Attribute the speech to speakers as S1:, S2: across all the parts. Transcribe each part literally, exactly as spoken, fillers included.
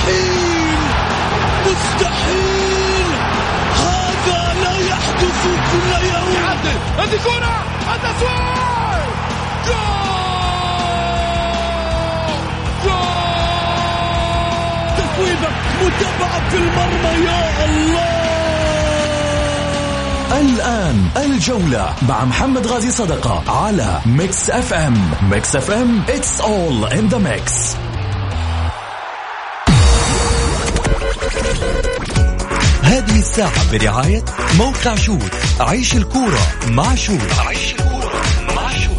S1: مستحيل مستحيل، هذا لا يحدث كل يوم.
S2: يعدل هذه كرة التسويق، جول جول،
S1: تسويبة متابعة في المرمى، يا الله.
S3: الآن الجولة مع محمد غازي صدقة على ميكس اف ام. ميكس اف ام it's all in the mix. هذه الساعة برعاية موقع شوت. عيش الكورة مع شوت. عيش الكورة مع شوت.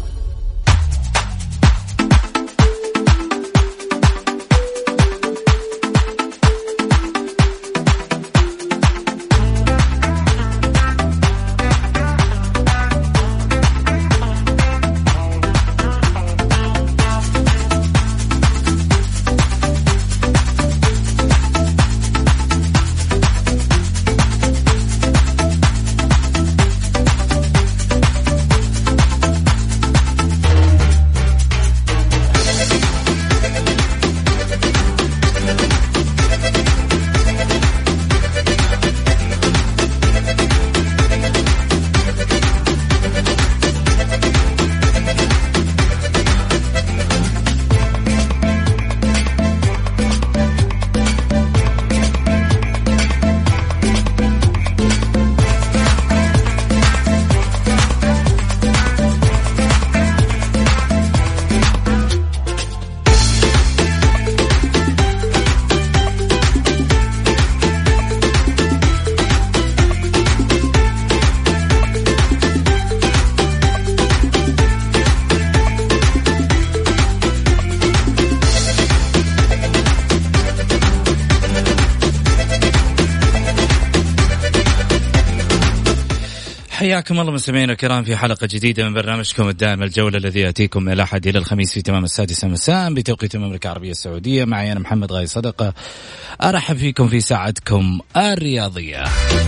S4: حياكم الله مستمعينا الكرام في حلقة جديدة من برنامجكم الدائم الجولة، الذي يأتيكم من الأحد إلى الخميس في تمام السادسة مساء بتوقيت المملكة العربية السعودية. معي أنا محمد غازي صدقة، أرحب فيكم في ساعتكم الرياضية.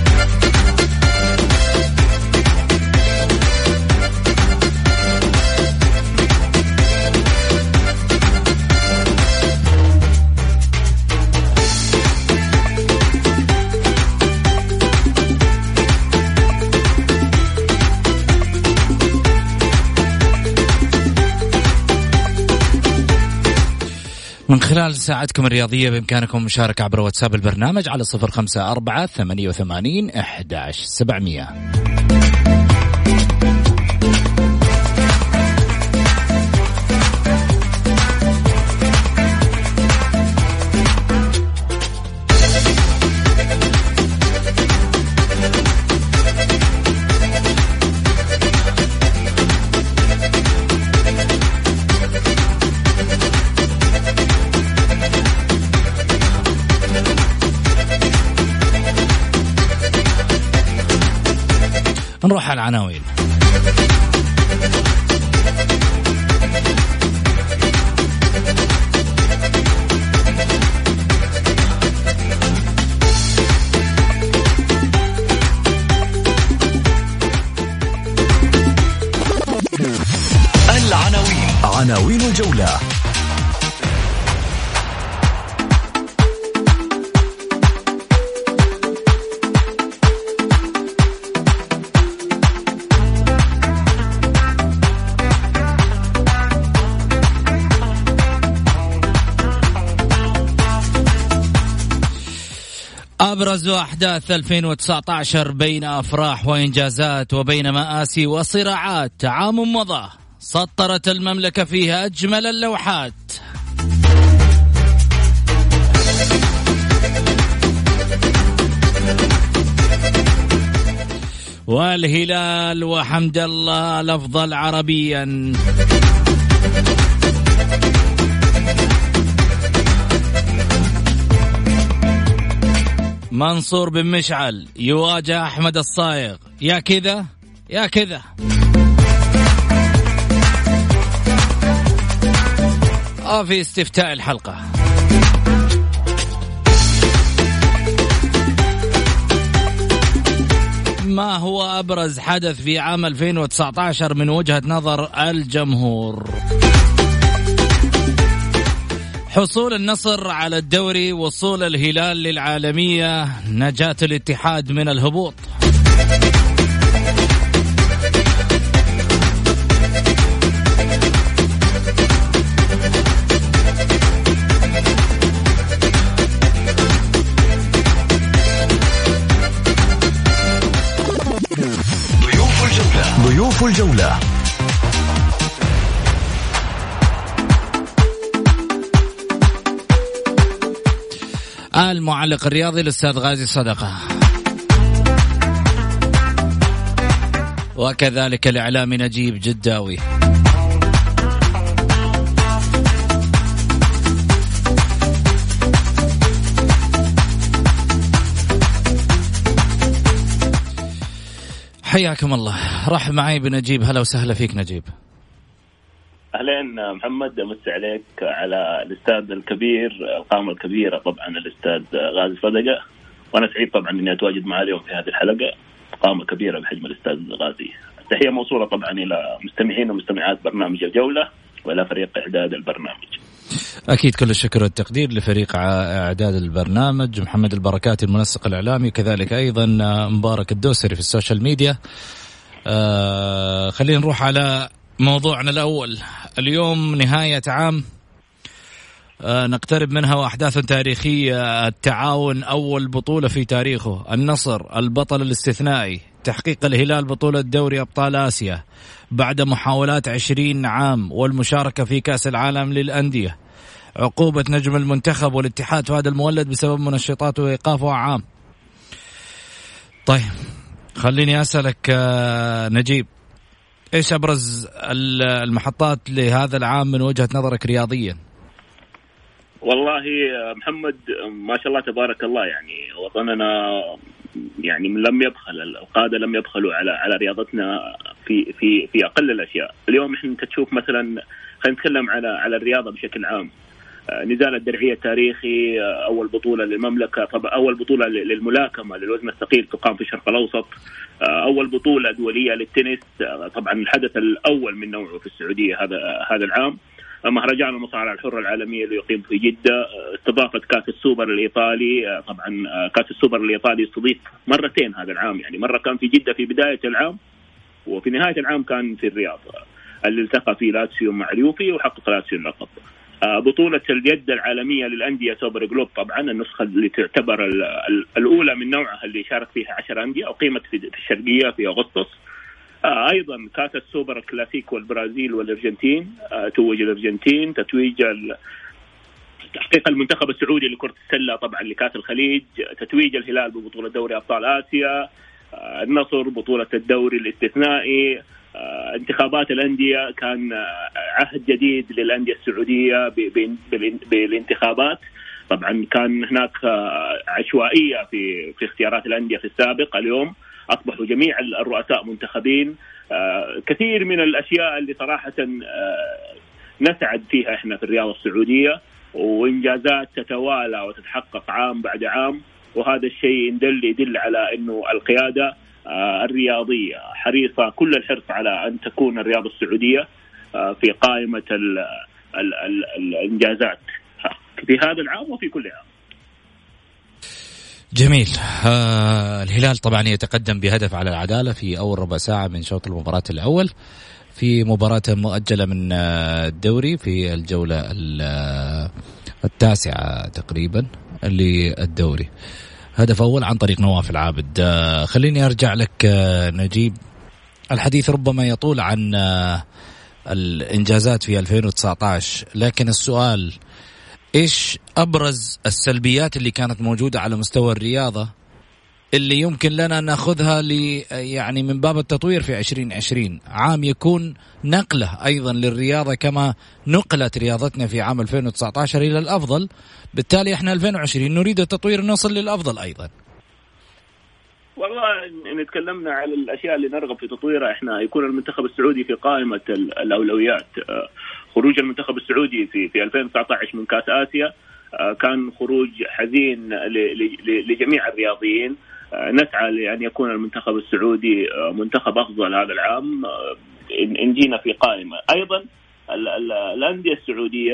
S4: من خلال ساعتكم الرياضية بإمكانكم مشاركة عبر واتساب البرنامج على صفر خمسة أربعة ثمانية وثمانين أحد عشر سبعمية. نروح على العناوين.
S3: العناوين عناوين الجولة.
S4: أبرز أحداث ألفين وتسعة عشر بين أفراح وإنجازات وبين مآسي وصراعات. عام مضى سطرت المملكة فيها أجمل اللوحات. والهلال وحمد الله الأفضل عربيا. منصور بن مشعل يواجه أحمد الصايغ. يا كذا يا كذا. آه في استفتاء الحلقة. ما هو أبرز حدث في عام ألفين وتسعة عشر من وجهة نظر الجمهور؟ حصول النصر على الدوري، وصول الهلال للعالمية، نجاة الاتحاد من الهبوط.
S3: ضيوف الجولة.
S4: المعلق الرياضي الأستاذ غازي صدقة، وكذلك الإعلامي نجيب جداوي. حياكم الله. رحب معي بنجيب. هلا وسهلا فيك نجيب.
S5: أهلين محمد، أمس عليك على الأستاذ الكبير، القامة الكبيرة طبعا الأستاذ غازي صدقة، وأنا سعيد طبعا أني أتواجد معه اليوم في هذه الحلقة، قامة كبيرة بحجم الأستاذ غازي. التحية موصولة طبعا إلى مستمعين ومستمعات برنامج الجولة وإلى فريق إعداد البرنامج.
S4: أكيد كل الشكر والتقدير لفريق إعداد البرنامج، محمد البركات المنسق الإعلامي، كذلك أيضا مبارك الدوسري في السوشيال ميديا. آه خلينا نروح على موضوعنا الأول. اليوم نهاية عام آه نقترب منها وأحداث تاريخية. التعاون أول بطولة في تاريخه، النصر البطل الاستثنائي، تحقيق الهلال بطولة دوري أبطال آسيا بعد محاولات عشرين عام، والمشاركة في كأس العالم للأندية، عقوبة نجم المنتخب والاتحاد فهد المولد بسبب منشطات وإيقافه عام. طيب خليني أسألك آه نجيب، إيش أبرز المحطات لهذا العام من وجهة نظرك رياضيا؟
S5: والله محمد ما شاء الله تبارك الله، يعني وطننا يعني لم يبخل، القادة لم يبخلوا على على رياضتنا في في في أقل الأشياء. اليوم إحنا تشوف مثلا، خلينا نتكلم على على الرياضة بشكل عام. نزال الدرعية التاريخي، أول بطولة للمملكة، طبعا أول بطولة للملاكمة للوزن الثقيل تقام في الشرق الأوسط، أول بطولة دولية للتنس، طبعا الحدث الأول من نوعه في السعودية هذا هذا العام. مهرجان المصارعة الحرة العالمية اللي يقيم في جدة، استضافة كأس السوبر الإيطالي، طبعا كأس السوبر الإيطالي استضيف مرتين هذا العام، يعني مرة كان في جدة في بداية العام، وفي نهاية العام كان في الرياض اللي التقى فيه لاتسيو مع اليوفي وحقق لاتسيو اللقب. بطولة اليد العالمية للأندية سوبر جلوب، طبعا النسخة اللي تعتبر الأولى من نوعها اللي شارك فيها عشر أندية، أقيمت في الشرقية في أغسطس. أيضا كأس السوبر الكلاسيكو والبرازيل والأرجنتين، توج الأرجنتين، تتويج تحقيق المنتخب السعودي لكرة السلة طبعا لكأس الخليج، تتويج الهلال ببطولة دوري أبطال آسيا، النصر بطولة الدوري الاستثنائي، انتخابات الأندية، كان عهد جديد للأندية السعودية بالانتخابات. طبعا كان هناك عشوائية في في اختيارات الأندية في السابق، اليوم أصبحوا جميع الرؤساء منتخبين. كثير من الأشياء اللي صراحة نسعد فيها إحنا في الرياضة السعودية، وإنجازات تتوالى وتتحقق عام بعد عام، وهذا الشيء يدل يدل على إنه القيادة الرياضية حريصة كل الحرص على أن تكون الرياضة السعودية في قائمة ال ال ال الإنجازات في هذا العام وفي كل عام.
S4: جميل. آه الهلال طبعا يتقدم بهدف على العدالة في أول ربع ساعة من شوط المباراة الأول في مباراة مؤجلة من الدوري في الجولة التاسعة تقريبا للدوري. هدف أول عن طريق نواف العابد. آه خليني أرجع لك آه نجيب، الحديث ربما يطول عن آه الإنجازات في ألفين وتسعة عشر، لكن السؤال إيش أبرز السلبيات اللي كانت موجودة على مستوى الرياضة اللي يمكن لنا نأخذها لي يعني من باب التطوير في عشرين عشرين، عام يكون نقلة أيضا للرياضة كما نقلت رياضتنا في عام ألفين وتسعة عشر إلى الأفضل، بالتالي إحنا ألفين وعشرين نريد التطوير نصل للأفضل أيضا.
S5: والله إن تكلمنا على الأشياء اللي نرغب في تطويرها، إحنا يكون المنتخب السعودي في قائمة الأولويات. خروج المنتخب السعودي في في ألفين وتسعة عشر من كأس آسيا كان خروج حزين لجميع الرياضيين. نسعى لأن يكون المنتخب السعودي منتخب أفضل هذا العام إن جينا في قائمة. أيضا الأندية السعودية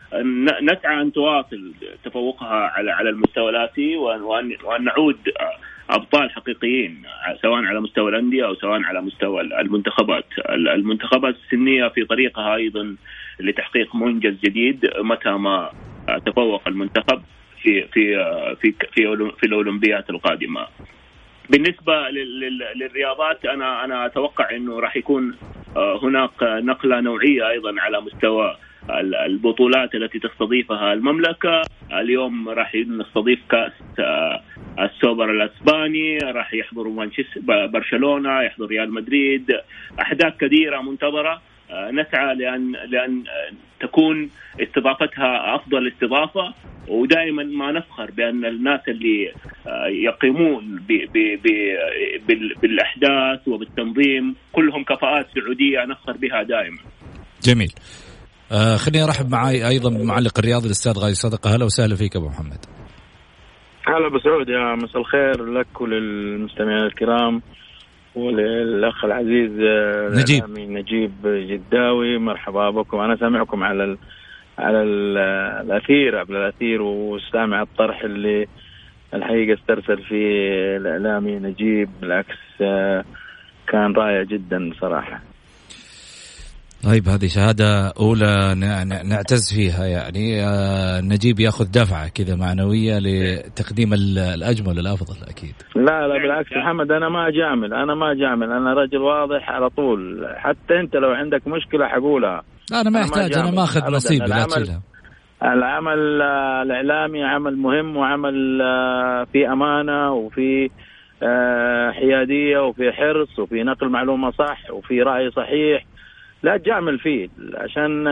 S5: نسعى أن تواصل تفوقها على على المستوى الآسيوي وأن وأن نعود أبطال حقيقيين سواء على مستوى الأندية أو سواء على مستوى المنتخبات. المنتخبات السنية في طريقها أيضا لتحقيق منجز جديد متى ما تفوق المنتخب في في في في, في الأولمبيات القادمة. بالنسبة للرياضات أنا أنا أتوقع إنه راح يكون هناك نقلة نوعية أيضا على مستوى البطولات التي تستضيفها المملكة. اليوم راح نستضيف كأس السوبر الأسباني، راح يحضر مانشستر برشلونة، يحضر ريال مدريد، أحداث كثيرة منتظرة. نسعى لأن لأن تكون استضافتها أفضل استضافة، ودائما ما نفخر بأن الناس اللي يقيمون ب ب ب بالأحداث وبالتنظيم كلهم كفاءات سعودية نفخر بها دائما.
S4: جميل. آه خليني أرحب معي أيضا بمعلق الرياضي الأستاذ غاي صدقة. هلا وسهلا فيك أبو محمد.
S6: هلا بسعود، يا مساء الخير لك وللمستمعين الكرام وللأخ العزيز
S4: نجيب
S6: نجيب جداوي. مرحبا بكم. أنا سامعكم على ال على ال الأثير قبل الأثير وسامع الطرح اللي الحقيقة استرسل فيه الإعلامي نجيب، بالعكس كان رائع جدا صراحة.
S4: طيب هذه شهادة أولى نعتز فيها، يعني نجيب يأخذ دفعة كذا معنوية لتقديم الأجمل الأفضل أكيد.
S6: لا لا بالعكس محمد، أنا ما أجامل أنا ما أجامل أنا رجل واضح على طول. حتى أنت لو عندك مشكلة حقولها.
S4: أنا ما يحتاج، أنا ما أخذ نصيبي لا تشيلها.
S6: العمل الإعلامي عمل مهم وعمل في أمانة وفي حيادية وفي حرص وفي نقل معلومة صح وفي رأي صحيح، لا تجامل فيه، عشان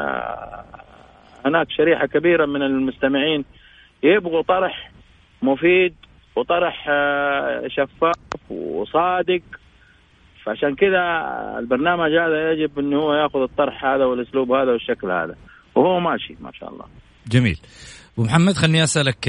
S6: هناك شريحة كبيرة من المستمعين يبغوا طرح مفيد وطرح شفاف وصادق. فعشان كذا البرنامج هذا يجب أنه هو يأخذ الطرح هذا والأسلوب هذا والشكل هذا، وهو ماشي ما شاء الله.
S4: جميل. أبو محمد، خلني أسألك،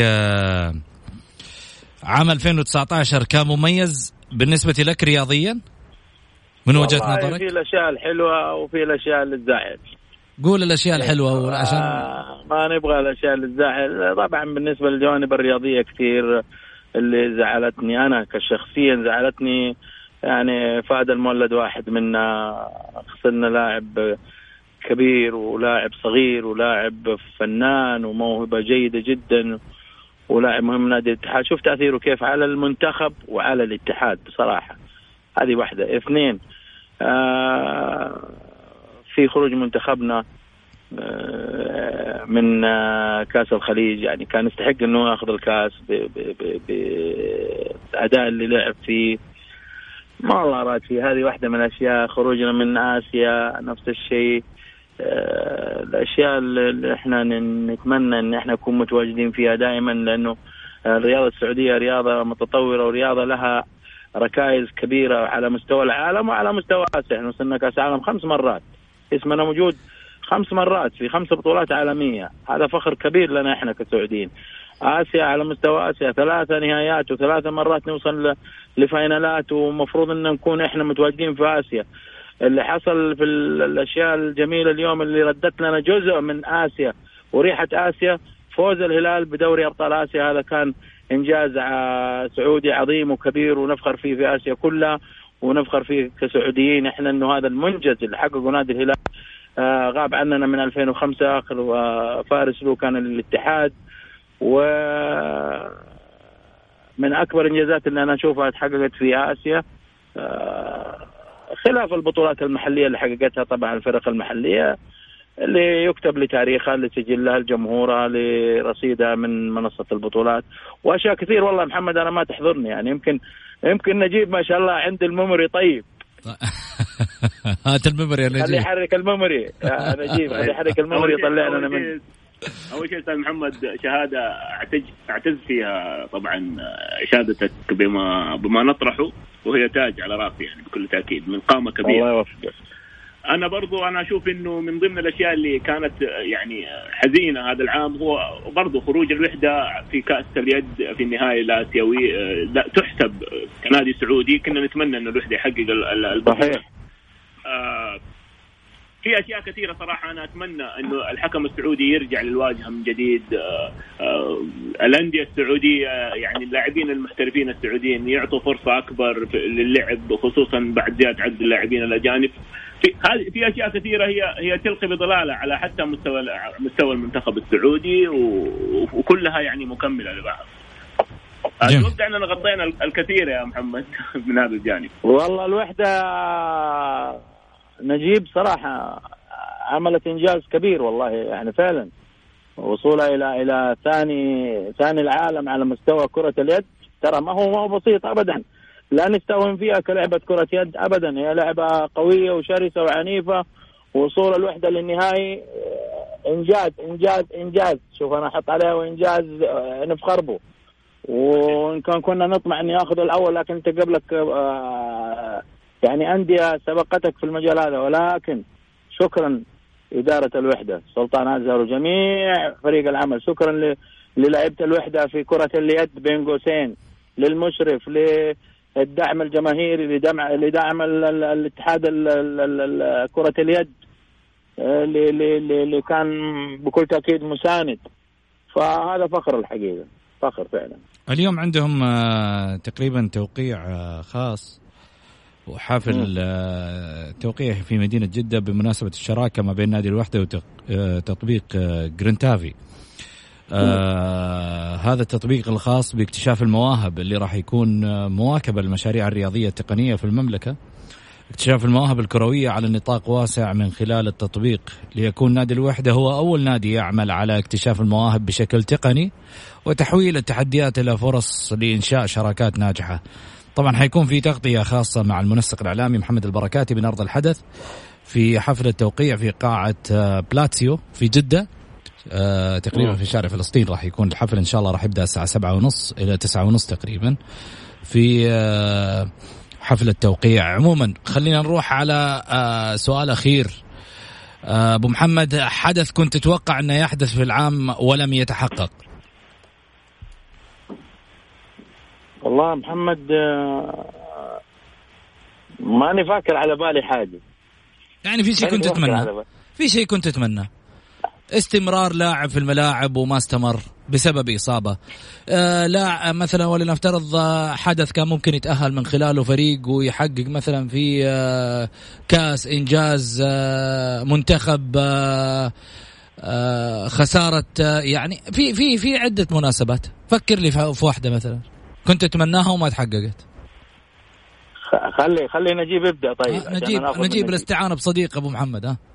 S4: عام ألفين وتسعة عشر كان مميز بالنسبة لك رياضيا من وجهة نظرك؟
S6: في الأشياء الحلوة وفي الأشياء اللي تزعل.
S4: قول الأشياء الحلوة عشان
S6: آه ما نبغى الأشياء اللي تزعل. طبعا بالنسبة للجوانب الرياضية كثير اللي زعلتني أنا كشخصيا، زعلتني يعني فهد المولد واحد منا، خسرنا لاعب كبير ولاعب صغير ولاعب فنان وموهبة جيدة جدا ولاعب مهم نادي الاتحاد. شوف تأثيره كيف على المنتخب وعلى الاتحاد بصراحة. هذه واحدة. اثنين، آه في خروج منتخبنا آه من آه كاس الخليج، يعني كان يستحق انه ياخذ الكاس بالاداء اللي لعب فيه، ما الله راد فيه. هذه واحدة من الاشياء. خروجنا من اسيا نفس الشيء. آه الاشياء اللي احنا نتمنى ان احنا نكون متواجدين فيها دائما، لانه الرياضة السعودية رياضة متطورة ورياضة لها ركائز كبيرة على مستوى العالم وعلى مستوى آسيا. احنا وصلنا كأس عالم خمس مرات، اسمنا موجود خمس مرات في خمس بطولات عالمية. هذا فخر كبير لنا احنا كسعوديين. آسيا على مستوى آسيا ثلاثة نهايات وثلاثة مرات نوصل لفاينالات، ومفروض ان نكون احنا متواجدين في آسيا. اللي حصل في الاشياء الجميلة اليوم اللي ردت لنا جزء من آسيا وريحة آسيا، فوز الهلال بدوري أبطال آسيا، هذا كان إنجاز سعودي عظيم وكبير ونفخر فيه في آسيا كلها ونفخر فيه كسعوديين احنا، انه هذا المنجز اللي حققه نادي الهلال آه غاب عننا من ألفين وخمسة. آخر فارس له كان الاتحاد، ومن أكبر إنجازات اللي أنا أشوفها تحققت في آسيا آه خلاف البطولات المحلية اللي حققتها طبعا الفرق المحلية اللي يكتب لتاريخها لسجلها لجمهورها لرصيدها من منصة البطولات وأشياء كثير. والله محمد أنا ما تحضرني، يعني يمكن يمكن نجيب ما شاء الله عند الميموري طيب.
S4: هات الميموري يا نجيب.
S6: خلي يحرك الميموري يا نجيب، خلي يحرك الميموري يطلعنا من.
S5: أول شيء أستاذ محمد شهادة أعتز أعتز فيها طبعا إشادتك بما بما نطرحه، وهي تاج على رأسي يعني بكل تأكيد من قامة كبيرة.
S6: الله يوفقك.
S5: أنا برضو أنا أشوف إنه من ضمن الأشياء اللي كانت يعني حزينة هذا العام هو برضو خروج الوحدة في كأس اليد في النهائي الآسيوي. لا تحسب كنادي سعودي كنا نتمنى إنه الوحدة يحقق البطولة.
S6: صحيح.
S5: آه في أشياء كثيرة صراحة. أنا أتمنى إنه الحكم السعودي يرجع للواجهة من جديد. الأندية السعودية يعني اللاعبين المحترفين السعوديين يعطوا فرصة أكبر للعب، خصوصا بعد زيادة عدد اللاعبين الأجانب. في هذه في أشياء كثيرة هي هي تلقي بظلالة على حتى مستوى مستوى المنتخب السعودي، وكلها يعني مكملة لبعض. أتوقع أننا غطينا الكثير يا محمد من هذا الجانب.
S6: والله الوحدة نجيب صراحة عملت إنجاز كبير والله، يعني فعلا وصولها إلى إلى ثاني ثاني العالم على مستوى كرة اليد. ترى ما هو ما هو بسيط أبدا، لا نستهون فيها كلعبة كرة يد أبدا، هي لعبة قوية وشرسة وعنيفة. وصول الوحدة للنهائي إنجاز إنجاز إنجاز. شوف أنا أحط عليها وإنجاز نفخر به. وإن كان كنا نطمع أن يأخذ الأول، لكن أنت قبلك يعني أندية سبقتك في المجال هذا. ولكن شكرا إدارة الوحدة سلطان أزهر وجميع فريق العمل، شكرا للاعيبة الوحدة في كرة اليد بين قوسين، للمشرف، للدعم الجماهيري، لدعم لدعم الاتحاد كرة اليد اللي كان بكل تأكيد مساند. فهذا فخر الحقيقة، فخر فعلا.
S4: اليوم عندهم تقريبا توقيع خاص وحافل توقيع في مدينة جدة بمناسبة الشراكة ما بين نادي الوحدة وتطبيق جرينتافي. آه هذا التطبيق الخاص باكتشاف المواهب اللي راح يكون مواكبة للمشاريع الرياضية التقنية في المملكة. اكتشاف المواهب الكروية على نطاق واسع من خلال التطبيق، ليكون نادي الوحدة هو أول نادي يعمل على اكتشاف المواهب بشكل تقني وتحويل التحديات إلى فرص لإنشاء شراكات ناجحة. طبعا حيكون في تغطية خاصة مع المنسق الإعلامي محمد البركاتي من أرض الحدث في حفل التوقيع في قاعة بلاتسيو في جدة. آه تقريبا في شارع فلسطين راح يكون الحفل إن شاء الله، راح يبدأ الساعة سبعة ونص إلى تسعة ونص تقريبا في آه حفل التوقيع. عموما خلينا نروح على آه سؤال أخير. آه أبو محمد، حدث كنت تتوقع أنه يحدث في العام ولم يتحقق؟
S6: والله محمد ماني فاكر على بالي حاجة.
S4: يعني في شيء كنت تتمنى؟ في شيء كنت تتمنى؟ استمرار لاعب في الملاعب وما استمر بسبب إصابة، آه لا مثلا ولنفترض حدث كان ممكن يتأهل من خلاله فريق ويحقق مثلا في آه كاس إنجاز آه منتخب آه آه خسارة آه يعني في في في عدة مناسبات. فكر لي في واحدة مثلا كنت تتمناها وما تحققت.
S6: خلي خلي نجيب يبدأ. طيب
S4: آه نجيب نجيب الاستعانة بصديق أبو محمد. ها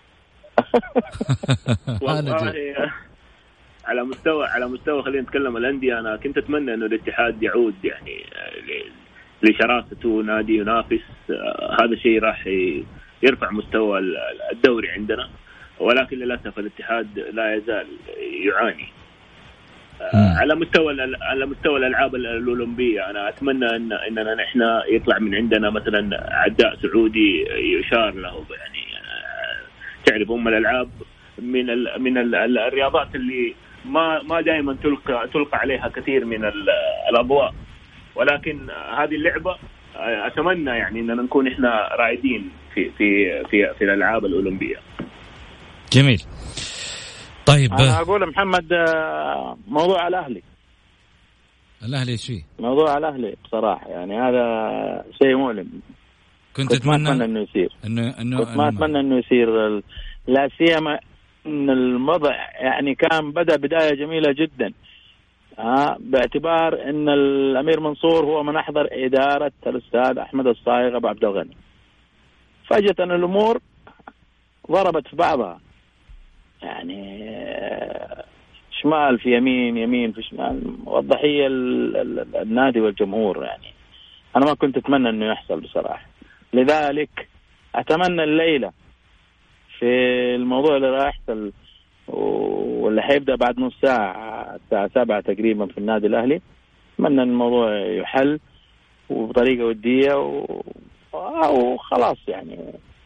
S5: والله على مستوى على مستوى خلينا نتكلم الأندية. أنا كنت أتمنى إنه الاتحاد يعود يعني لشراسته، نادي ينافس. هذا الشيء راح يرفع مستوى الدوري عندنا، ولكن للأسف الاتحاد لا يزال يعاني. على مستوى على مستوى الألعاب الأولمبية أنا أتمنى إن إننا نحن يطلع من عندنا مثلا عداء سعودي يشار له. يعني تعرف أم الألعاب من ال من ال الرياضات اللي ما ما دائما تلقى تلقى عليها كثير من الأضواء، ولكن هذه اللعبة أتمنى يعني إننا نكون إحنا رائدين في في في في الألعاب الأولمبية.
S4: جميل. طيب
S6: أنا أقول محمد موضوع الأهلي
S4: الأهلي إيش فيه؟
S6: موضوع الأهلي بصراحة يعني هذا شيء مؤلم.
S4: كنت أتمنى
S6: إنه يصير
S4: إنه إنه
S6: كنت ما أتمنى إنه يصير، لا سيما إن الوضع يعني كان بدأ بداية جميلة جدا. ها باعتبار إن الأمير منصور هو من أحضر إدارة الأستاذ أحمد الصايغ أبو عبد الغني. فجأة الأمور ضربت في بعضها، يعني شمال في يمين، يمين في شمال، والضحية النادي والجمهور. يعني أنا ما كنت أتمنى إنه يحصل بصراحة. لذلك أتمنى الليلة في الموضوع اللي راح يحصل واللي حيبدأ بعد نص ساعة الساعة سبعة تقريبا في النادي الأهلي، أتمنى أن الموضوع يحل وبطريقة ودية وخلاص يعني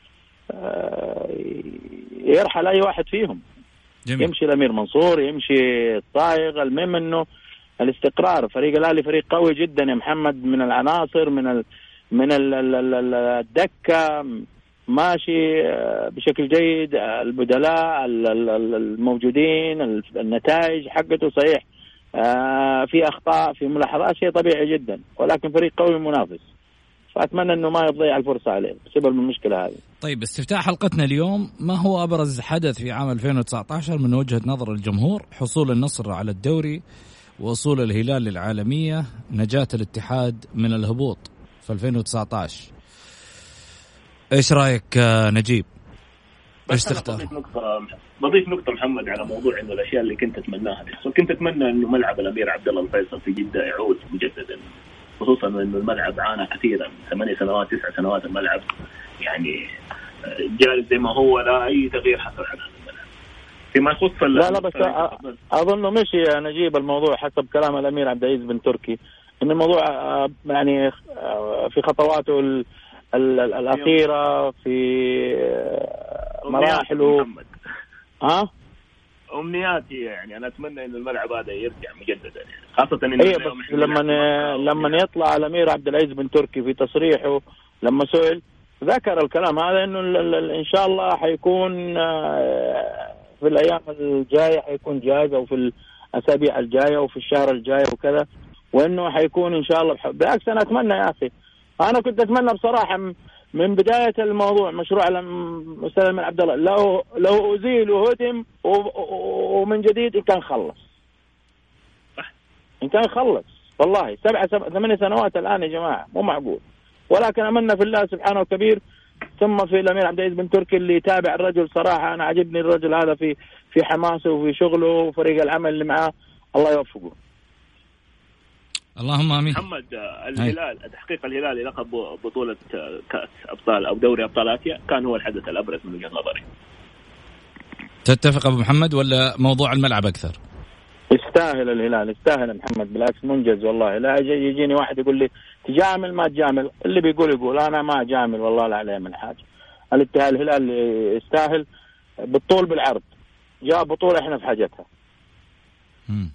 S6: يرحل أي واحد فيهم. جميل. يمشي الأمير منصور، يمشي الصايغ، المهم أنه الاستقرار. فريق الأهلي فريق قوي جدا يا محمد، من العناصر، من ال من ال الدكة، ماشي بشكل جيد، البدلاء الموجودين، النتائج حقته صحيح في أخطاء في ملاحظات، شيء طبيعي جدا، ولكن فريق قوي منافس، فأتمنى أنه ما يضيع الفرصة عليه بسبب المشكلة هذه.
S4: طيب استفتاح حلقتنا اليوم، ما هو أبرز حدث في عام ألفين وتسعة عشر من وجهة نظر الجمهور؟ حصول النصر على الدوري، وصول الهلال للعالمية، نجاة الاتحاد من الهبوط في ألفين وتسعة عشر. ايش رايك نجيب؟ ايش تختار؟
S5: بضيف نقطة بضيف نقطة محمد على موضوع انه الاشياء اللي كنت اتمناها دي. كنت اتمنى انه ملعب الامير عبد الله الفيصل في جدة يعود مجددا، خصوصا انه الملعب عانى كثيرا، ثمانية سنوات تسع سنوات الملعب يعني جالس زي ما هو، لا اي تغيير حصل على الملعب. فيما يخص
S6: لا لا بس اظنه مشي يا نجيب الموضوع حسب كلام الامير عبد العزيز بن تركي، ان الموضوع يعني في خطواته ال الأخيرة في مراحله.
S5: ها أمنياتي يعني أنا أتمنى إن الملعب هذا يرجع مجددا، يعني خاصة إنه
S6: إيه بس لما لما يطلع الأمير عبد العزيز بن تركي في تصريحه لما سئل ذكر الكلام هذا، إنه إن شاء الله حيكون في الأيام الجاية حيكون جاهز، أو في الأسابيع الجاية أو في الشهر الجاي وكذا، وإنه حيكون إن شاء الله بح... بالعكس أنا أتمنى يا أخي، أنا كنت أتمنى بصراحة من بداية الموضوع مشروع الأستاذ من عبد الله لو لو أزيل وهدم ومن جديد إن كان خلص، إن كان خلص والله. سبعة سبعة ثمانية سنوات الآن يا جماعة مو معقول، ولكن أمنا في الله سبحانه وكبير، ثم في الأمير عبد العزيز بن تركي اللي يتابع الرجل صراحة. أنا عجبني الرجل هذا في في حماسه وفي شغله وفريق العمل اللي معاه، الله يوفقه.
S4: اللهم امين.
S5: محمد الهلال تحقيق الهلال لقب بطولة كأس أبطال أو دوري أبطال آسيا كان هو الحدث الأبرز من وجهة نظري.
S4: تتفق أبو محمد ولا موضوع الملعب أكثر؟
S6: يستاهل الهلال، يستاهل محمد، بالعكس منجز والله. لا يجيني واحد يقول لي تجامل ما تجامل، اللي بيقول يقول أنا ما أجامل والله لا عليه من حاجة. الاتحاد الهلال يستاهل بالطول بالعرض، جاء بطولة إحنا في حاجتها.
S4: مم.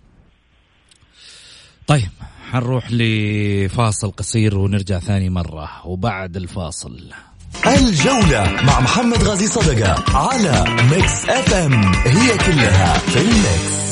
S4: طيب حنروح لفاصل قصير ونرجع ثاني مرة، وبعد الفاصل
S3: الجولة مع محمد غازي صدقة على ميكس اف ام، هي كلها في الميكس.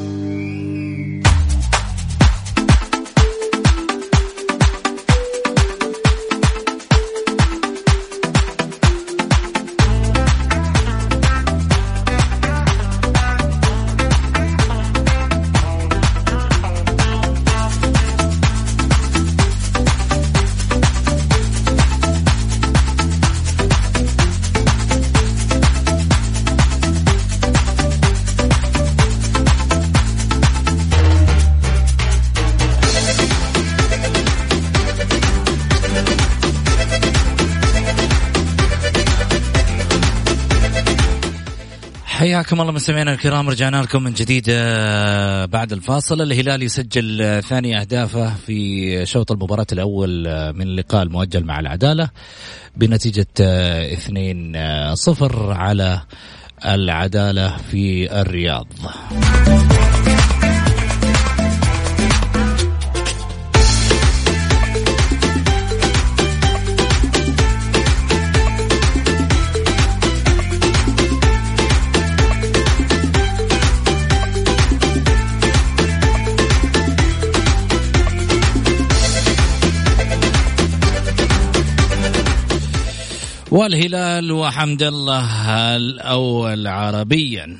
S4: حياكم الله مستمعينا الكرام، رجعنا لكم من جديد بعد الفاصل. الهلال يسجل ثاني أهدافه في شوط المباراة الأول من اللقاء المؤجل مع العدالة بنتيجة اثنين صفر على العدالة في الرياض. والهلال وحمد الله الأول عربيا.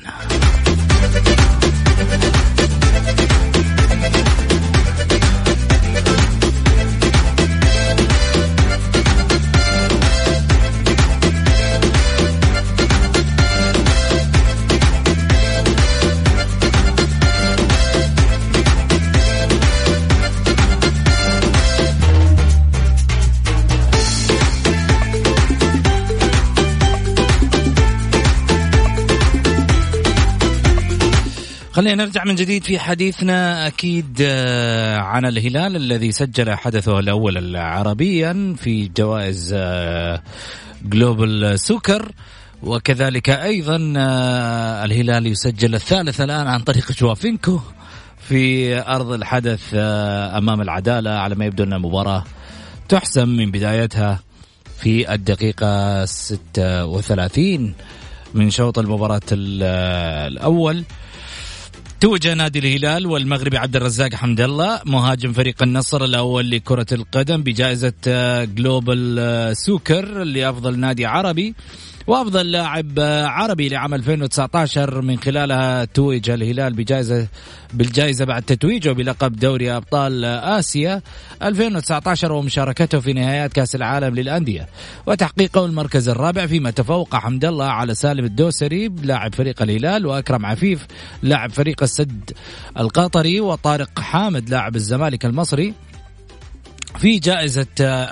S4: خلينا نرجع من جديد في حديثنا أكيد عن الهلال الذي سجل حدثه الأول عربيا في جوائز جلوبال سوكر، وكذلك أيضا الهلال يسجل الثالث الآن عن طريق جوافينكو في أرض الحدث أمام العدالة، على ما يبدو أن المباراة تحسم من بدايتها في الدقيقة ستة وثلاثين من شوط المباراة الأول توج نادي الهلال والمغربي عبد الرزاق حمد الله مهاجم فريق النصر الأول لكرة القدم بجائزة جلوبال سوكر لأفضل نادي عربي وأفضل لاعب عربي لعام ألفين وتسعة عشر، من خلالها توج الهلال بجائزة بالجائزة بعد تتويجه بلقب دوري أبطال آسيا ألفين وتسعة عشر ومشاركته في نهائيات كأس العالم للأندية وتحقيقه المركز الرابع، فيما تفوق حمد الله على سالم الدوسري لاعب فريق الهلال وأكرم عفيف لاعب فريق السد القطري وطارق حامد لاعب الزمالك المصري في جائزة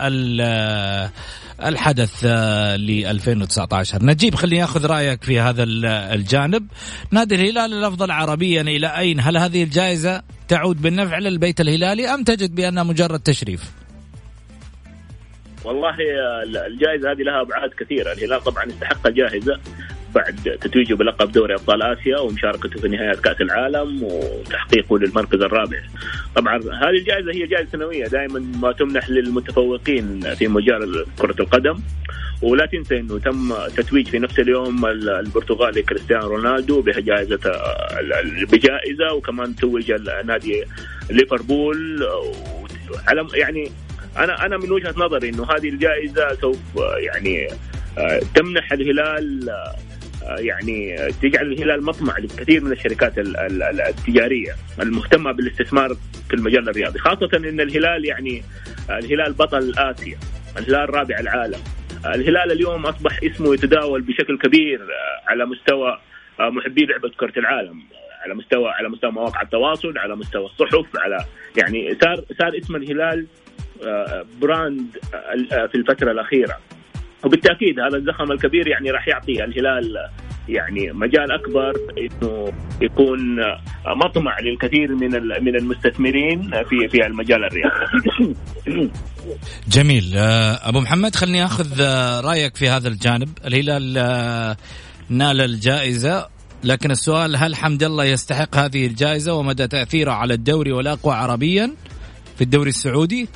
S4: الحدث ل ألفين وتسعة عشر. نجيب خليني أخذ رأيك في هذا الجانب. نادي الهلال الأفضل عربيا إلى أين؟ هل هذه الجائزة تعود بالنفع للبيت الهلالي أم تجد بأنها مجرد تشريف؟
S5: والله الجائزة هذه لها أبعاد كثيرة. الهلال طبعا استحق الجائزة بعد تتويجه بلقب دوري أبطال آسيا ومشاركته في نهايات كأس العالم وتحقيقه للمركز الرابع. طبعا هذه الجائزة هي جائزة سنوية دائما ما تمنح للمتفوقين في مجال كرة القدم، ولا تنسى أنه تم تتويج في نفس اليوم البرتغالي كريستيانو رونالدو بجائزة بجائزة وكمان توج نادي ليفربول. يعني أنا أنا من وجهة نظري إنه هذه الجائزة سوف يعني تمنح الهلال يعني تجعل الهلال مطمع لكثير من الشركات التجارية المهتمة بالاستثمار في المجال الرياضي، خاصة إن الهلال يعني الهلال بطل آسيا، الهلال رابع العالم. الهلال اليوم أصبح اسمه يتداول بشكل كبير على مستوى محبي لعبة كرة العالم، على مستوى على مستوى مواقع التواصل، على مستوى الصحف، على يعني صار صار اسم الهلال براند في الفترة الأخيرة، وبالتأكيد هذا الزخم الكبير يعني راح يعطي الهلال يعني مجال أكبر إنه يكون مطمع للكثير من من المستثمرين في في المجال الرياضي.
S4: جميل. أبو محمد خلني أخذ رأيك في هذا الجانب. الهلال نال الجائزة، لكن السؤال هل حمد الله يستحق هذه الجائزة ومدى تأثيره على الدوري والأقوى عربيا في الدوري السعودي؟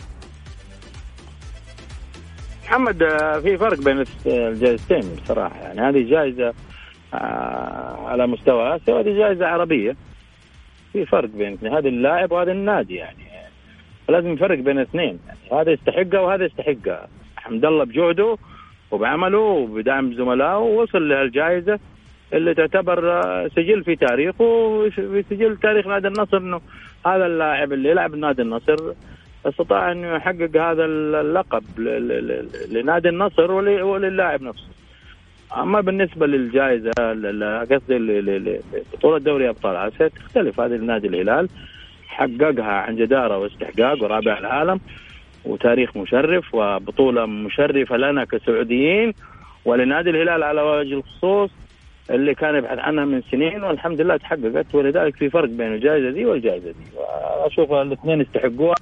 S6: محمد في فرق بين الجائزتين بصراحة، يعني هذه جائزة على مستوى آسيا وهذه جائزة عربية، في فرق بين هذا اللاعب وهذا النادي، يعني لازم فرق بين الاثنين، يعني هذا يستحقها وهذا يستحقها. حمد الله بجهده وبعمله وبدعم زملائه وصل لهالجائزة اللي تعتبر سجل في تاريخه وفي سجل تاريخ نادي النصر، انه هذا اللاعب اللي يلعب نادي النصر استطاع أن يحقق هذا اللقب لنادي النصر وللاعب نفسه. أما بالنسبة للجائزة قصدي لبطولة دوري أبطال آسيا تختلف، هذه النادي الهلال حققها عن جدارة واستحقاق ورابع العالم وتاريخ مشرف وبطولة مشرفة لنا كسعوديين ولنادي الهلال على وجه الخصوص اللي كان يبحث عنها من سنين، والحمد لله تحققت، ولذلك في فرق بين الجائزة دي والجائزة دي، وأشوف الاثنين يستحقوها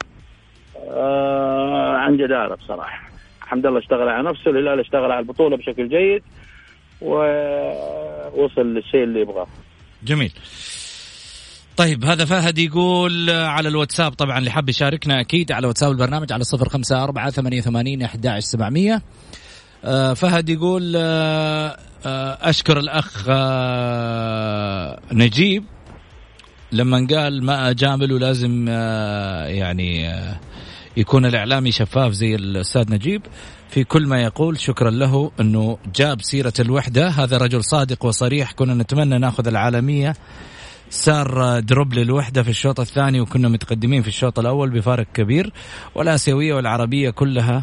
S6: آه عن جدارة بصراحة. الحمد لله اشتغل على نفسه، الهلال اشتغل على البطولة بشكل جيد ووصل للشيء اللي يبغاه.
S4: جميل. طيب هذا فهد يقول على الواتساب، طبعا اللي حاب يشاركنا أكيد على واتساب البرنامج على صفر خمسة أربعة ثمانية ثمانين أحد عشر سبعمية. آه فهد يقول آه آه أشكر الأخ آه نجيب لما قال ما أجامل ولازم آه يعني آه يكون الإعلامي شفاف زي الأستاذ نجيب في كل ما يقول. شكرا له أنه جاب سيرة الوحدة، هذا رجل صادق وصريح. كنا نتمنى نأخذ العالمية، صار دروب للوحدة في الشوط الثاني وكنا متقدمين في الشوط الأول بفارق كبير، والآسيوية والعربية كلها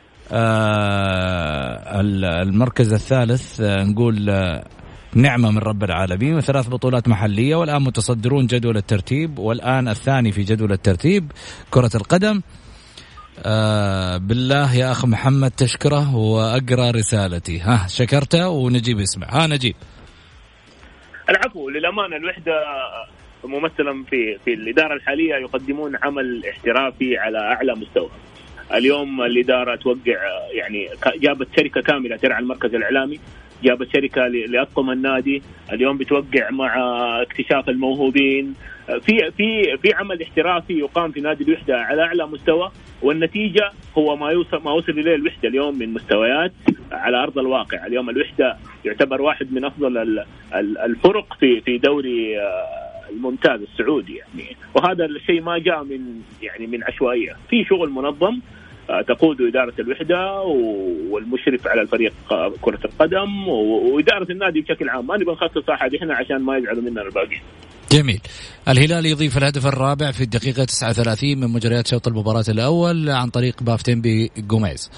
S4: آه المركز الثالث آه نقول آه نعمة من رب العالمين، وثلاث بطولات محلية، والآن متصدرون جدول الترتيب، والآن الثاني في جدول الترتيب كرة القدم. آه بالله يا أخ محمد تشكره وأقرأ رسالتي. ها شكرته ونجيب اسمع. ها نجيب.
S5: العفو. للأمانة الوحدة ممثلا في في الإدارة الحالية يقدمون عمل احترافي على أعلى مستوى. اليوم الإدارة توقع يعني جابت شركة كاملة ترعى المركز الإعلامي، جابت شركة لأطقم النادي، اليوم بتوقع مع اكتشاف الموهوبين. في في في عمل احترافي يقام في نادي الوحدة على أعلى مستوى، والنتيجة هو ما يوصل ما وصل إليه الوحدة اليوم من مستويات على أرض الواقع. اليوم الوحدة يعتبر واحد من أفضل الفرق في في دوري الممتاز السعودي يعني، وهذا الشيء ما جاء من يعني من عشوائية، في شغل منظم تقود إدارة الوحدة والمشرف على الفريق كرة القدم وإدارة النادي بشكل عام. ما نبغى نخصص أحد إحنا عشان ما يزعلوا مننا الباقي.
S4: جميل. الهلال يضيف الهدف الرابع في الدقيقة تسعة وثلاثين من مجريات شوط المباراة الأول عن طريق بافتنبي جوميز.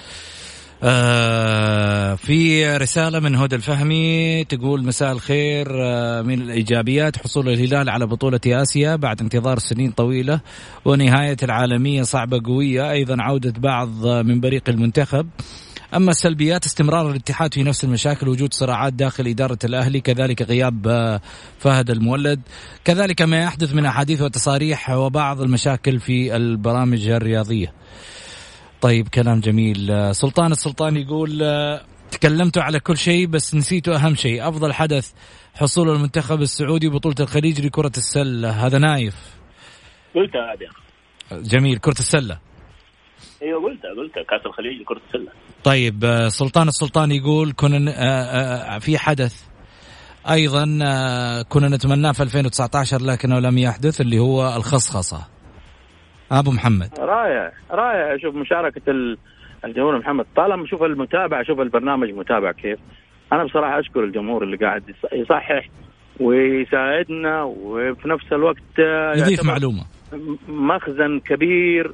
S4: آه في رسالة من هدى الفهمي تقول مساء الخير. آه من الإيجابيات حصول الهلال على بطولة آسيا بعد انتظار سنين طويلة ونهاية العالمية صعبة قوية، أيضا عودة بعض من بريق المنتخب. أما السلبيات استمرار الاتحاد في نفس المشاكل، وجود صراعات داخل إدارة الأهلي، كذلك غياب فهد المولد، كذلك ما يحدث من أحاديث وتصاريح وبعض المشاكل في البرامج الرياضية. طيب كلام جميل. سلطان السلطان يقول تكلمتوا على كل شيء بس نسيتوا أهم شيء، أفضل حدث حصول المنتخب السعودي بطولة الخليج لكرة السلة. هذا نايف
S5: قلتها هذا.
S4: جميل. كرة السلة
S5: ايوه قلتها قلتها كاس الخليج لكرة السلة.
S4: طيب سلطان السلطان يقول كنا في حدث أيضا كنا نتمناه في ألفين وتسعة عشر لكنه لم يحدث، اللي هو الخصخصة. أبو محمد.
S6: رائع رائع. شوف مشاركة الجمهور محمد، طالما شوف المتابع، شوف البرنامج متابع كيف. أنا بصراحة أشكر الجمهور اللي قاعد يصحح ويساعدنا، وفي نفس الوقت
S4: يضيف معلومة،
S6: مخزن كبير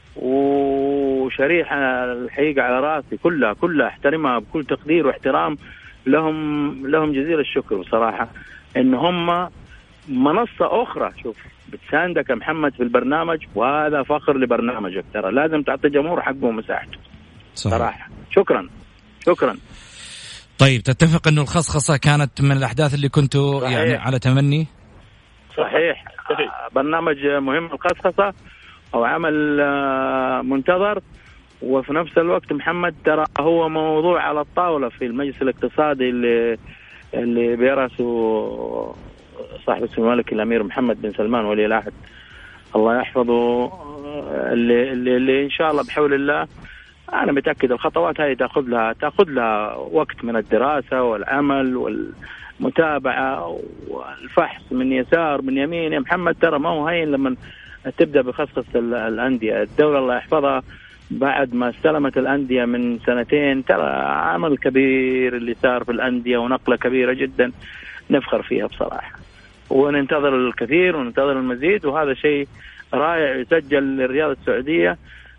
S6: وشريحة الحقيقة على راسي كلها كلها احترمها بكل تقدير واحترام لهم لهم جزيل الشكر بصراحة، إن هم منصة أخرى شوف بتساندك محمد في البرنامج، وهذا فخر لبرنامجك. ترى لازم تعطي الجمهور حقه ومساحته صراحة. شكرا شكرا.
S4: طيب تتفق إنه الخصخصة كانت من الأحداث اللي كنتوا صحيح. يعني على تمني؟
S6: صحيح. برنامج مهم الخصخصة أو عمل منتظر، وفي نفس الوقت محمد ترى هو موضوع على الطاولة في المجلس الاقتصادي اللي اللي بيرأسه صاحب السمو الملك الأمير محمد بن سلمان ولي العهد الله يحفظه، اللي, اللي, اللي إن شاء الله بحول الله أنا متأكد الخطوات هذه تأخذ لها تأخذ لها وقت من الدراسة والعمل والمتابعة والفحص من يسار من يمين. يا محمد ترى ما هو هين لما تبدأ بخصخص الأندية. الدولة الله يحفظها بعد ما استلمت الأندية من سنتين ترى عمل كبير اللي صار في الأندية ونقلة كبيرة جدا نفخر فيها بصراحة، وننتظر الكثير وننتظر المزيد، وهذا شيء رائع يسجل للرياضة السعودية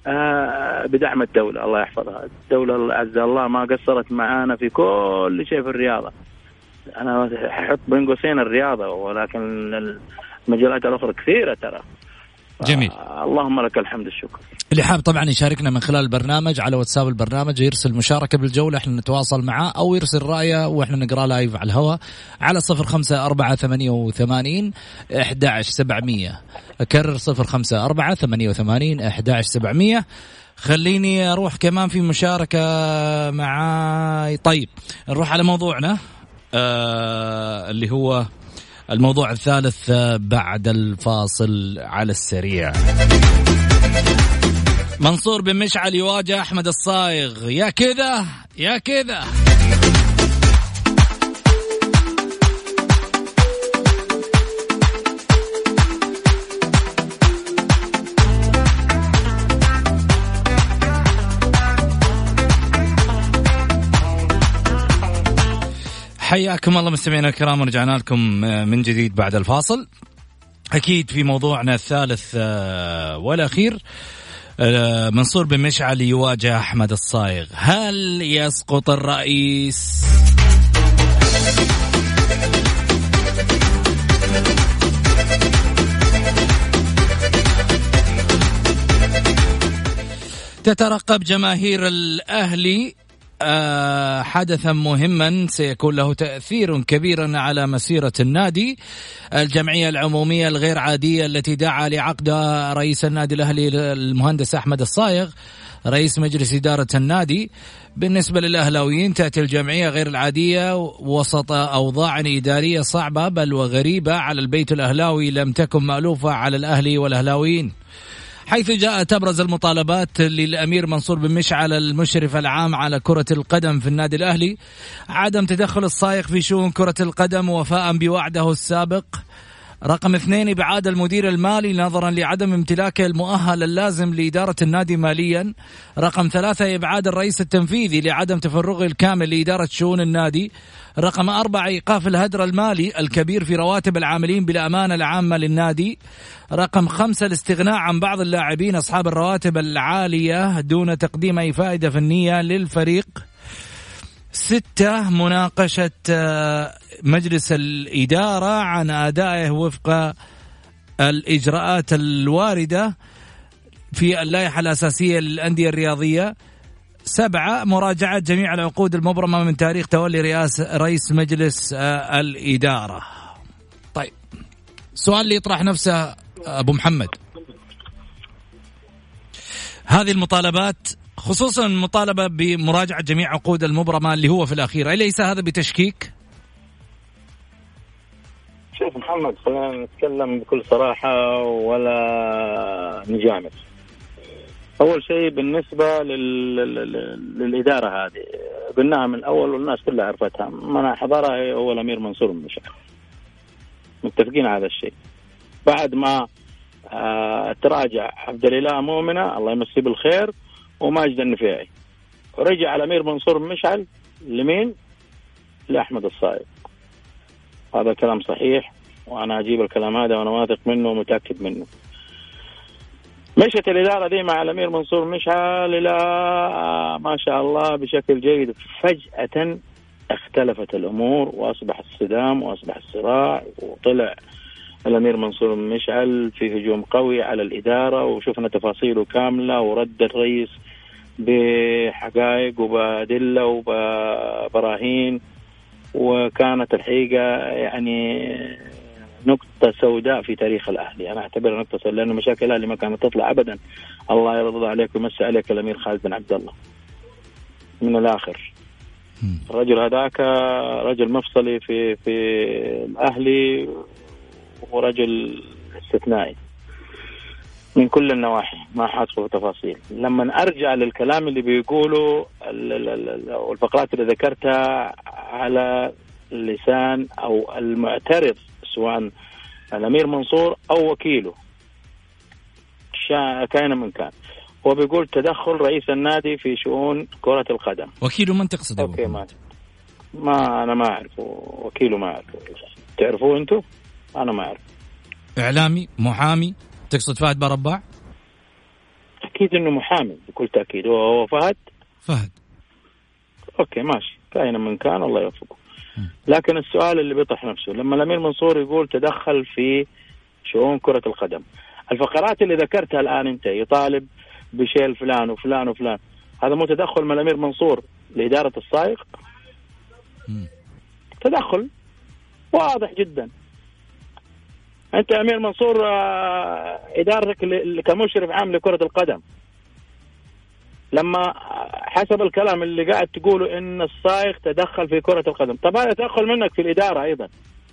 S6: بدعم الدولة الله يحفظها. الدولة عز الله ما قصرت معانا في كل شيء في الرياضة. أنا أحط بين قوسين الرياضة، ولكن المجالات الأخرى كثيرة ترى.
S4: جميل.
S6: اللهم لك الحمد الشكر.
S4: اللي حاب طبعا يشاركنا من خلال البرنامج على واتساب البرنامج يرسل مشاركة بالجولة احنا نتواصل معاه، أو يرسل رأيه واحنا نقرأ لايف على الهواء على صفر خمسة أربعة ثمانية وثمانين أحد عشر سبعمية. أكرر صفر خمسة أربعة ثمانية وثمانين أحد عشر سبعمية. خليني أروح كمان في مشاركة معاي. طيب نروح على موضوعنا آه اللي هو الموضوع الثالث بعد الفاصل على السريع. منصور بن مشعل يواجه أحمد الصايغ. يا كذا يا كذا. حياكم الله مستمعينا الكرام، ورجعنا لكم من جديد بعد الفاصل. أكيد في موضوعنا الثالث والأخير، منصور بن مشعل يواجه أحمد الصايغ. هل يسقط الرئيس؟ تترقب جماهير الأهلي حدثا مهما سيكون له تأثير كبير على مسيرة النادي. الجمعية العمومية الغير عادية التي دعا لعقدها رئيس النادي الأهلي المهندس أحمد الصايغ رئيس مجلس إدارة النادي. بالنسبة للأهلاويين تأتي الجمعية غير العادية وسط أوضاع إدارية صعبة بل وغريبة على البيت الأهلاوي لم تكن مألوفة على الأهلي والأهلاويين، حيث جاء تبرز المطالبات للأمير منصور بن مشعل المشرف العام على كرة القدم في النادي الأهلي عدم تدخل الصايغ في شؤون كرة القدم وفاء بوعده السابق. رقم اثنين إبعاد المدير المالي نظرا لعدم امتلاكه المؤهل اللازم لإدارة النادي ماليا. رقم ثلاثة إبعاد الرئيس التنفيذي لعدم تفرغه الكامل لإدارة شؤون النادي. رقم أربعة إيقاف الهدر المالي الكبير في رواتب العاملين بالأمانة العامة للنادي. رقم خمسة الاستغناء عن بعض اللاعبين أصحاب الرواتب العالية دون تقديم أي فائدة فنية للفريق. ستة مناقشة مجلس الإدارة عن أدائه وفق الإجراءات الواردة في اللائحة الأساسية للأندية الرياضية. سبعة مراجعة جميع العقود المبرمة من تاريخ تولي رئاسة رئيس مجلس الإدارة. طيب السؤال اللي يطرح نفسه أبو محمد، هذه المطالبات خصوصا مطالبة بمراجعة جميع عقود المبرمة اللي هو في الأخير، أليس هذا بتشكيك؟
S6: شوف محمد، خلينا نتكلم بكل صراحة ولا نجامل. أول شيء بالنسبة لل... للإدارة هذه قلناها من أول والناس كلها عرفتها، من حضرها هو الأمير منصور بن مشعل، متفقين على هذا الشيء. بعد ما آه تراجع عبد الإله مؤمنة الله يمسيه بالخير وماجد النفيعي، ورجع الأمير منصور بن مشعل لمين؟ لأحمد الصائغ. هذا كلام صحيح وأنا أجيب الكلام هذا وأنا واثق منه ومتأكد منه. مشت الإدارة دي مع الأمير منصور مشعل إلى ما شاء الله بشكل جيد. فجأة اختلفت الأمور وأصبح الصدام وأصبح الصراع، وطلع الأمير منصور مشعل في هجوم قوي على الإدارة وشفنا تفاصيله كاملة، ورد الرئيس بحقائق وبأدلة وبراهين، وكانت الحقيقة يعني نقطة سوداء في تاريخ الأهلي. أنا أعتبرها نقطة سوداء لأنه مشاكل الأهلي ما كانت تطلع أبدا. الله يرضى عليك ويمسي عليك الأمير خالد بن عبد الله. من الآخر الرجل هذاك رجل مفصلي في في الأهلي ورجل استثنائي من كل النواحي، ما حادثه تفاصيل. لما أرجع للكلام اللي بيقوله والفقرات اللي ذكرتها على اللسان أو المعترض سواء الأمير منصور أو وكيله كان من كان، هو بيقول تدخل رئيس النادي في شؤون كرة القدم.
S4: وكيله من تقصده؟
S6: أوكي ما ما أنا ما أعرفه وكيله، ما أعرفه. تعرفوه أنتوا؟ أنا ما أعرف.
S4: إعلامي محامي تقصد فهد برباع؟
S6: أكيد إنه محامي بكل تأكيد. هو فهد
S4: فهد
S6: أوكي ماشي، كائنا من كان الله يوفقه. لكن السؤال اللي بيطرح نفسه لما الأمير منصور يقول تدخل في شؤون كرة القدم، الفقرات اللي ذكرتها الآن أنت يطالب بشيل فلان وفلان وفلان، هذا مو تدخل من الأمير منصور لإدارة الصايغ؟ تدخل واضح جدا. أنت أمير منصور إدارتك كمشرف عام لكرة القدم، لما حسب الكلام اللي قاعد تقوله إن الصايغ تدخل في كرة القدم، طب هذا تدخل منك في الإدارة أيضا،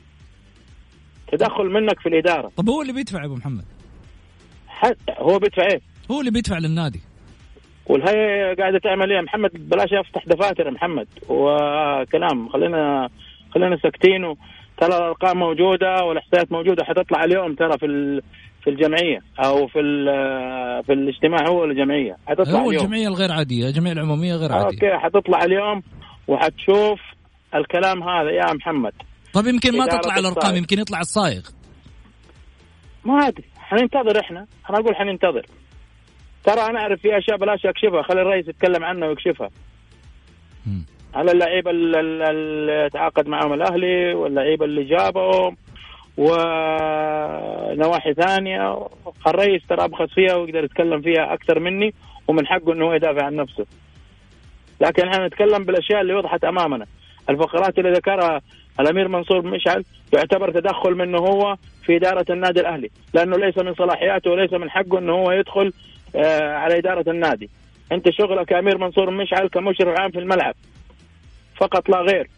S6: تدخل منك في الإدارة.
S4: طب هو اللي بيدفع أبو محمد؟
S6: حتى هو بيدفع إيه؟
S4: هو اللي بيدفع للنادي.
S6: والهي قاعدة تعمل إيه محمد؟ بلاش يفتح دفاتر محمد وكلام، خلينا خلينا ساكتين. ترى الأرقام موجودة والإحصائيات موجودة، حتطلع اليوم ترى في في الجمعية أو في في الاجتماع هو الجمعية حتطلع
S4: هو
S6: اليوم.
S4: الجمعية الغير عادية، الجمعية العمومية غير عادية.
S6: أوكي حتطلع اليوم وحتشوف الكلام هذا يا محمد.
S4: طب يمكن ما تطلع الأرقام، يمكن يطلع الصايغ.
S6: ما أدري، حننتظر إحنا. أنا أقول حننتظر. ترى أنا أعرف في أشياء بلاش أكشفها، خلي الرئيس يتكلم عنها ويكشفها. م. على اللعيبة اللي تعاقد معهم الأهلي واللعيبة اللي جابهم ونواحي ثانية، الرئيس ترى أبخص فيها ويقدر يتكلم فيها أكثر مني، ومن حقه أنه يدافع عن نفسه. لكن احنا نتكلم بالأشياء اللي وضحت أمامنا. الفقرات اللي ذكرها الأمير منصور مشعل يعتبر تدخل منه هو في إدارة النادي الأهلي، لأنه ليس من صلاحياته وليس من حقه أنه هو يدخل آه على إدارة النادي. أنت شغلك يا أمير منصور مشعل كمشرف عام في الملعب فقط لا غير.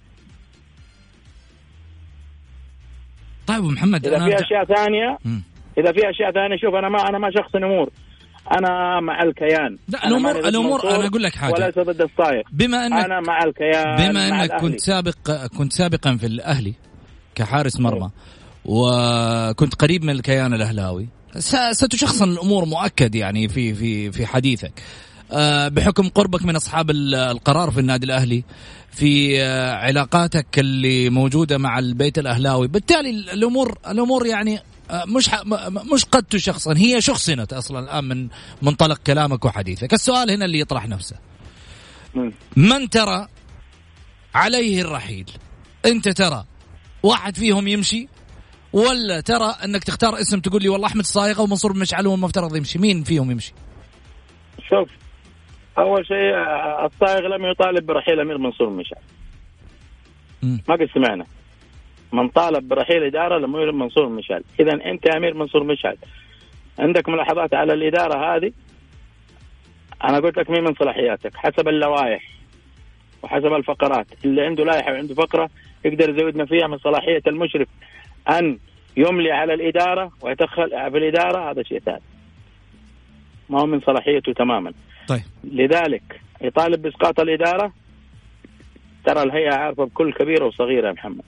S4: طيب محمد،
S6: إذا في أشياء ثانية م. إذا في أشياء ثانية شوف أنا ما أنا ما شخص نمور، أنا مع الكيان.
S4: لا الأمور الأمور أنا أقول لك حاجة،
S6: وليس ضد الصايغ.
S4: بما أنك
S6: أنا مع الكيان،
S4: بما أنك كنت سابق كنت سابقا في الأهلي كحارس مرمى وكنت قريب من الكيان الأهلاوي، ستشخصن الأمور مؤكد يعني في في في حديثك بحكم قربك من أصحاب القرار في النادي الأهلي، في علاقاتك اللي موجودة مع البيت الأهلاوي، بالتالي الأمور الأمور يعني مش مش قد تشخصن، هي شخصنت أصلا الآن من منطلق كلامك وحديثك. السؤال هنا اللي يطرح نفسه، من ترى عليه الرحيل؟ أنت ترى واحد فيهم يمشي، ولا ترى أنك تختار اسم تقول لي والله أحمد الصايغ ومنصور بن مشعل المفترض يمشي؟ مين فيهم يمشي؟
S6: شوف، أول شيء الصايغ لم يطالب برحيل أمير منصور بن مشعل، ما قد سمعنا من طالب برحيل إدارة لأمير منصور بن مشعل. إذا أنت يا أمير منصور بن مشعل عندك ملاحظات على الإدارة هذه، أنا قلت لك مين من صلاحياتك حسب اللوائح وحسب الفقرات. اللي عنده لائحة وعنده فقرة يقدر يزودنا فيها من صلاحية المشرف أن يملي على الإدارة ويتدخل في الإدارة، هذا شيء ثاني، ما هو من صلاحيته تماما.
S4: طيب
S6: لذلك يطالب بإسقاط الإدارة، ترى الهيئة عارفة بكل كبيرة وصغيرة يا محمد،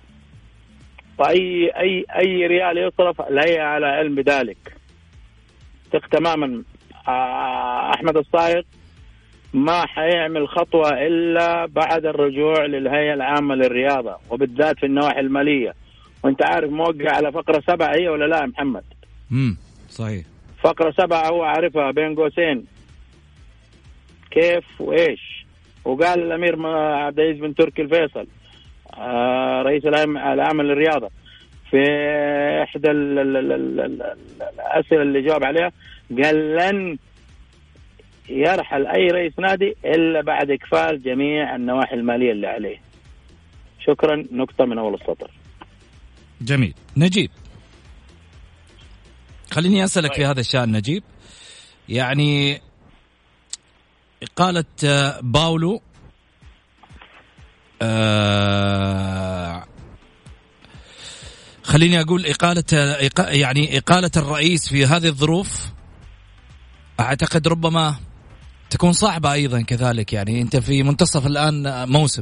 S6: فأي أي أي ريال يصرف الهيئة على علم بذلك. ثق تماما أحمد الصايغ ما حيعمل خطوة إلا بعد الرجوع للهيئة العامة للرياضة، وبالذات في النواحي المالية. وانت عارف موقع على فقرة سبعة هي ولا لا يا محمد؟
S4: امم صحيح،
S6: فقرة سبعة هو عارفها بين قوسين كيف وإيش. وقال الأمير عبد العزيز بن تركي الفيصل آه رئيس العام للرياضة في إحدى الأسئلة اللي جاوب عليها، قال لن يرحل أي رئيس نادي إلا بعد إكفال جميع النواحي المالية اللي عليه. شكرا، نقطة من أول السطر.
S4: جميل. نجيب، خليني أسألك في هذا الشأن نجيب، يعني إقالة باولو آه خليني أقول إقالة يعني إقالة الرئيس في هذه الظروف أعتقد ربما تكون صعبة أيضا كذلك، يعني أنت في منتصف الآن موسم.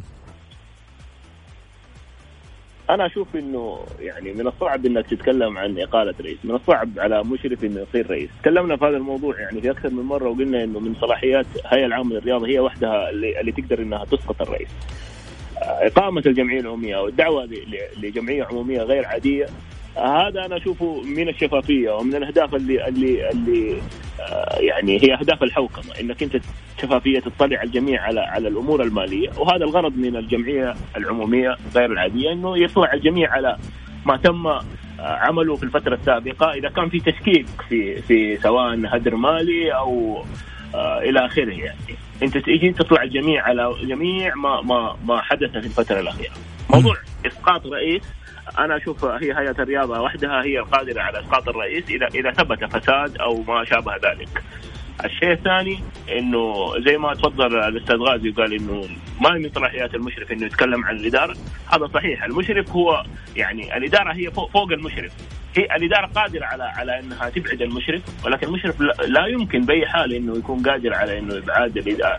S5: أنا أشوف إنه يعني من الصعب إنك تتكلم عن إقالة رئيس، من الصعب على مشرف إنه يصير رئيس. تكلمنا في هذا الموضوع يعني في أكثر من مرة، وقلنا إنه من صلاحيات هيئة العامة للرياضة هي وحدها اللي, اللي تقدر إنها تسقط الرئيس. إقامة الجمعية العمومية والدعوة لجمعية عمومية غير عادية، هذا أنا أشوفه من الشفافية ومن الأهداف اللي اللي اللي آه يعني هي أهداف الحوكمة، إنك أنت شفافية تطلع الجميع على على الأمور المالية. وهذا الغرض من الجمعية العمومية غير العادية، إنه يطلع الجميع على ما تم آه عمله في الفترة السابقة، إذا كان في تشكيك في في سواء هدر مالي أو آه إلى آخره. يعني أنت تيجي تطلع الجميع على جميع ما ما ما حدث في الفترة الأخيرة. موضوع إسقاط رئيس أنا أشوف هي هيئة الرياضة وحدها هي القادرة على إسقاط الرئيس إذا إذا ثبت فساد أو ما شابه ذلك. الشيء الثاني إنه زي ما تفضل الأستاذ غازي وقال إنه ما من صلاحيات المشرف إنه يتكلم عن الإدارة، هذا صحيح. المشرف هو يعني الإدارة هي فوق, فوق المشرف، هي الإدارة قادرة على على إنها تبعد المشرف، ولكن المشرف لا يمكن بأي حال إنه يكون قادر على إنه يبعد الإدارة.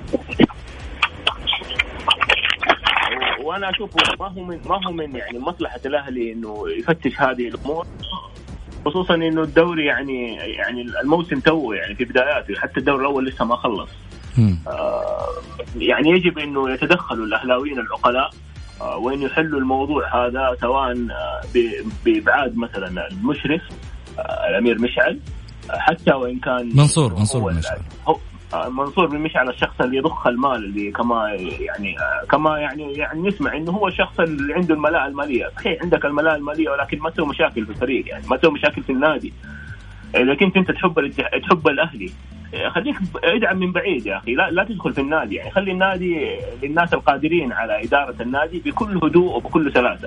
S5: وانا اشوف ما هو من ما هو من يعني مصلحه الاهلي انه يفتش هذه الامور، خصوصا انه الدوري يعني يعني الموسم توه يعني في بداياته، حتى الدوري الاول لسه ما خلص. آه يعني يجب انه يتدخلوا الاهلاويين العقلاء آه وان يحلوا الموضوع هذا، سواء بابعاد مثلا المشرف آه الامير مشعل آه حتى وان كان
S4: منصور منصور مشعل
S5: منصور بن مشعل الشخص اللي يضخ المال، اللي كما يعني كما يعني يعني نسمع انه هو الشخص اللي عنده الملاءه الماليه. صحيح عندك الملاءه الماليه، ولكن ما تسوي مشاكل في الفريق، يعني ما تسوي مشاكل في النادي. اذا كنت انت تحب تحب الاهلي خليك ادعم من بعيد يا اخي، لا لا تدخل في النادي، يعني خلي النادي للناس القادرين على اداره النادي بكل هدوء وبكل سلاسه.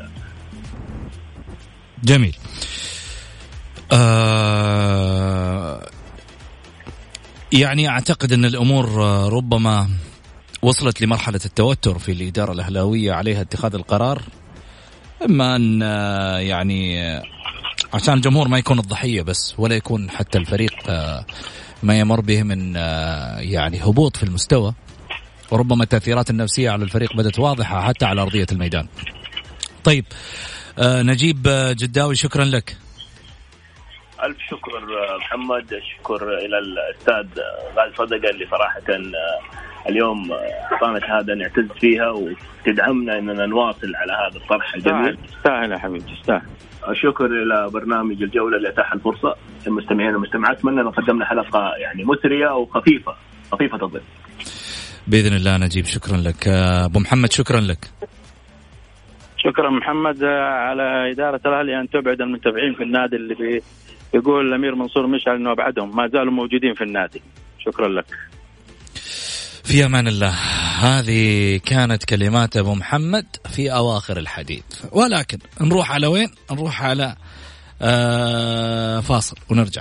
S4: جميل. آه يعني أعتقد أن الأمور ربما وصلت لمرحلة التوتر في الإدارة الأهلاوية عليها اتخاذ القرار، إما أن يعني عشان الجمهور ما يكون الضحية بس، ولا يكون حتى الفريق ما يمر به من يعني هبوط في المستوى، وربما التأثيرات النفسية على الفريق بدت واضحة حتى على أرضية الميدان. طيب نجيب جداوي، شكرا لك.
S5: ألف شكر محمد، شكر إلى الأستاذ غازي صدقة اللي صراحة اليوم أعطانا شهادة نعتز فيها وتدعمنا إننا نواصل على هذا الطرح الجميل.
S6: تستاهل يا حبيبي، تستاهل.
S5: شكر إلى برنامج الجولة اللي أتاح الفرصة المستمعين والمستمعات. أتمنى أن قدمنا حلقة يعني مثرية وخفيفة خفيفة الظل
S4: بإذن الله. نجيب شكرا لك. أبو محمد شكرا لك.
S6: شكرا محمد على إدارة الأهلي أن تبعد المتابعين في النادي اللي بي يقول الأمير منصور مشعل إنه أبعدهم، ما زالوا موجودين في النادي. شكرا لك.
S4: في أمان الله. هذه كانت كلمات أبو محمد في أواخر الحديث، ولكن نروح على وين؟ نروح على آه فاصل ونرجع.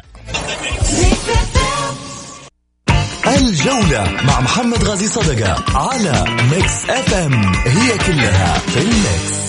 S3: الجولة مع محمد غازي صدقة على ميكس اف ام، هي كلها في الميكس.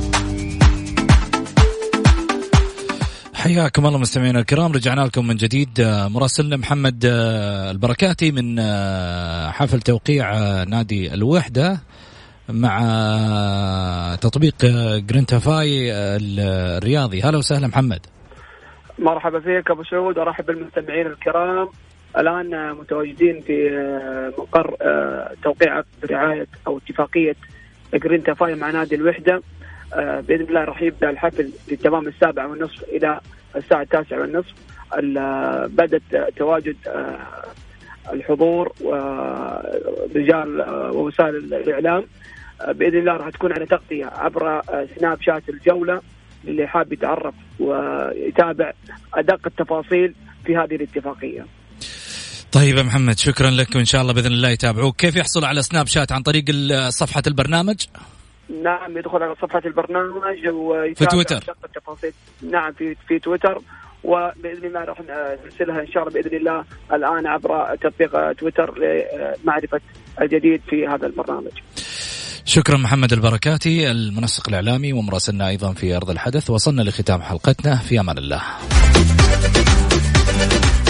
S4: حياكم الله مستمعينا الكرام، رجعنا لكم من جديد. مراسلنا محمد البركاتي من حفل توقيع نادي الوحدة مع تطبيق جرينتافاي الرياضي. هلا وسهلا محمد.
S7: مرحبا فيك أبو سعود، أرحب بالمستمعين الكرام. الآن متواجدين في مقر توقيع برعاية أو اتفاقية جرينتافاي مع نادي الوحدة. بإذن الله راح يبدأ الحفل في تمام السابعة والنصف إلى الساعة التاسعة والنصف. بدأت تواجد الحضور ورجال ووسائل الإعلام. بإذن الله راح تكون على تغطية عبر سناب شات الجولة اللي حاب يتعرف ويتابع أدق التفاصيل في هذه الاتفاقية.
S4: طيب يا محمد شكرا لك، وإن شاء الله بإذن الله يتابعوك. كيف يحصل على سناب شات؟ عن طريق صفحة البرنامج؟
S7: نعم، يدخل على صفحة البرنامج ويتابع
S4: في تويتر.
S7: التفاصيل. نعم في في تويتر، وبإذن الله راح نرسلها إن شاء الله بإذن الله الآن عبر تطبيق تويتر لمعرفة الجديد في هذا البرنامج.
S4: شكرا محمد البركاتي المنسق الإعلامي ومراسلنا أيضا في أرض الحدث. وصلنا لختام حلقتنا، في أمان الله.